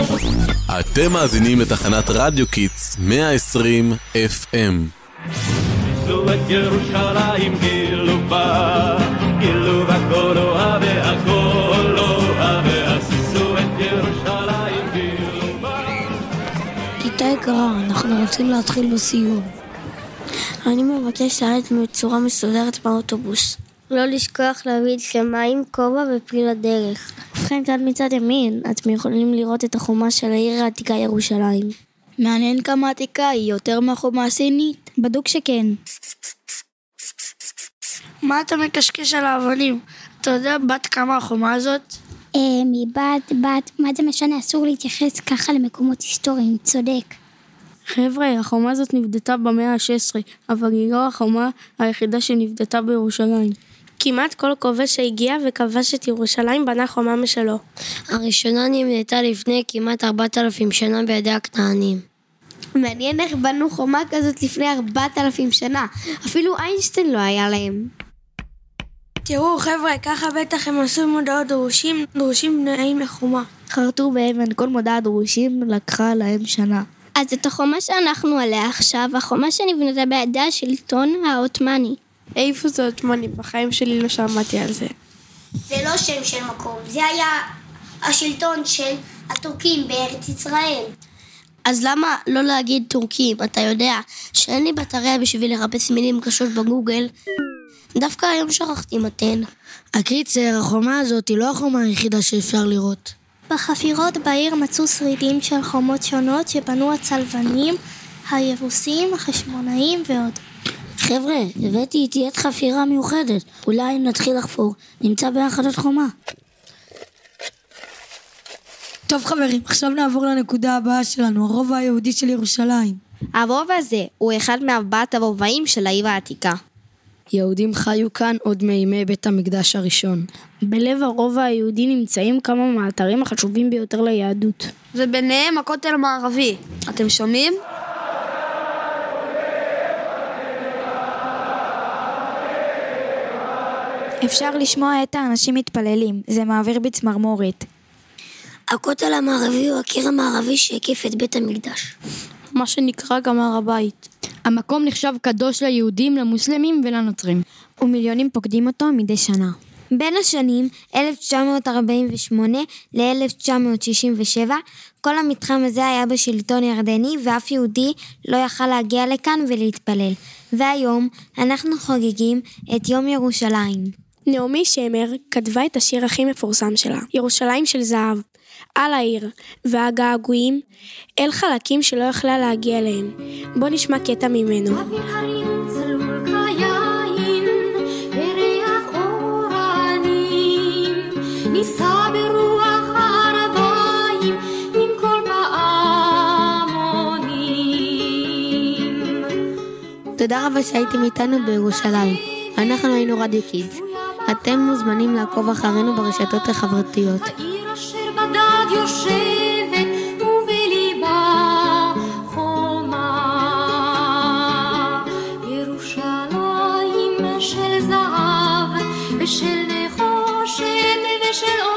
אתם מאזינים לתחנת רדיו קיטס 120 FM. גילו את ירושלים, גילו בה, גילו בכל אוהבי הכל אוהבי, עשו את ירושלים, גילו בה. כיתה יקרה, אנחנו רוצים להתחיל בסיור. אני מבקש לרדת בצורה מסודרת באוטובוס. לא לשכוח להביא שמיים, כובע ופיל הדרך. ובכן, כאן מצד ימין, אתם יכולים לראות את החומה של העיר העתיקה ירושלים. מעניין כמה עתיקה היא, יותר מהחומה הסינית? בדוק שכן. מה אתה מקשקש על האבנים? אתה יודע בת כמה החומה הזאת? בת, מה זה משנה? אסור להתייחס ככה למקומות היסטוריים, צודק. חבר'ה, החומה הזאת נבדתה במאה ה-16, אבל היא לא החומה היחידה שנבדתה בירושלים. כמעט כל כובש שהגיע וכבש את ירושלים בנה חומה משלו. הראשונה נבנתה לפני כמעט 4,000 שנה בידי הכנענים. מעניין איך בנו חומה כזאת לפני 4,000 שנה. אפילו איינשטיין לא היה להם. תראו חבר'ה, ככה בטח הם עשו מודעות דרושים בנויים לחומה. חרטו באבן, כל מודעת דרושים לקחה להם שנה. אז את החומה שאנחנו עליה עכשיו, החומה שנבנתה בידי השלטון העות'מאני. איפה זה עות'מאני? בחיים שלי לא שמעתי על זה. זה לא שם של מקום, זה היה השלטון של הטורקים בארץ ישראל. אז למה לא להגיד טורקים? אתה יודע שאין לי בטריה בשביל לחפש מילים קשות בגוגל. דווקא היום שכחתי מתן. הקיצר, החומה הזאת היא לא החומה היחידה שאפשר לראות. בחפירות בעיר מצאו שרידים של חומות שונות שבנו הצלבנים, היבוסים, החשמונאים ועוד. חבר'ה, הבאתי איתי את חפירה מיוחדת. אולי אם נתחיל לחפור, נמצא ביחד את חומה. טוב חברים, עכשיו נעבור לנקודה הבאה שלנו, הרובע היהודי של ירושלים. הרובע הזה הוא אחד מארבעת הרובעים של העיר העתיקה. יהודים חיו כאן עוד מימי בית המקדש הראשון. בלב הרובע היהודי נמצאים כמה מהאתרים החשובים ביותר ליהדות. וביניהם הכותל המערבי. אתם שומעים? אפשר לשמוע את האנשים מתפללים, זה מעביר בצמרמורת. הכותל המערבי הוא הקיר המערבי שהקיף את בית המקדש. מה שנקרא גם הר הבית. המקום נחשב קדוש ליהודים, למוסלמים ולנוצרים. ומיליונים פוקדים אותו מדי שנה. בין השנים 1948 ל-1967, כל המתחם הזה היה בשלטון ירדני, ואף יהודי לא יכל להגיע לכאן ולהתפלל. והיום אנחנו חוגגים את יום ירושלים. נעמי שמר כתבה את השיר הכי מפורסם שלה, ירושלים של זהב, על העיר והגעגועים אל חלקים שלא יכלה להגיע אליהם. בוא נשמע קטע ממנו. ניסה ברוח הרביים עם כל פעמונים. תודה רבה שהייתם איתנו בירושלים. אנחנו היינו רדיו קיטס. אתם מוזמנים לעקוב אחרינו ברשתות החברתיות. העיר אשר בדד יושבת ובליבה חומה, ירושלים של זהב ושל נחושת ושל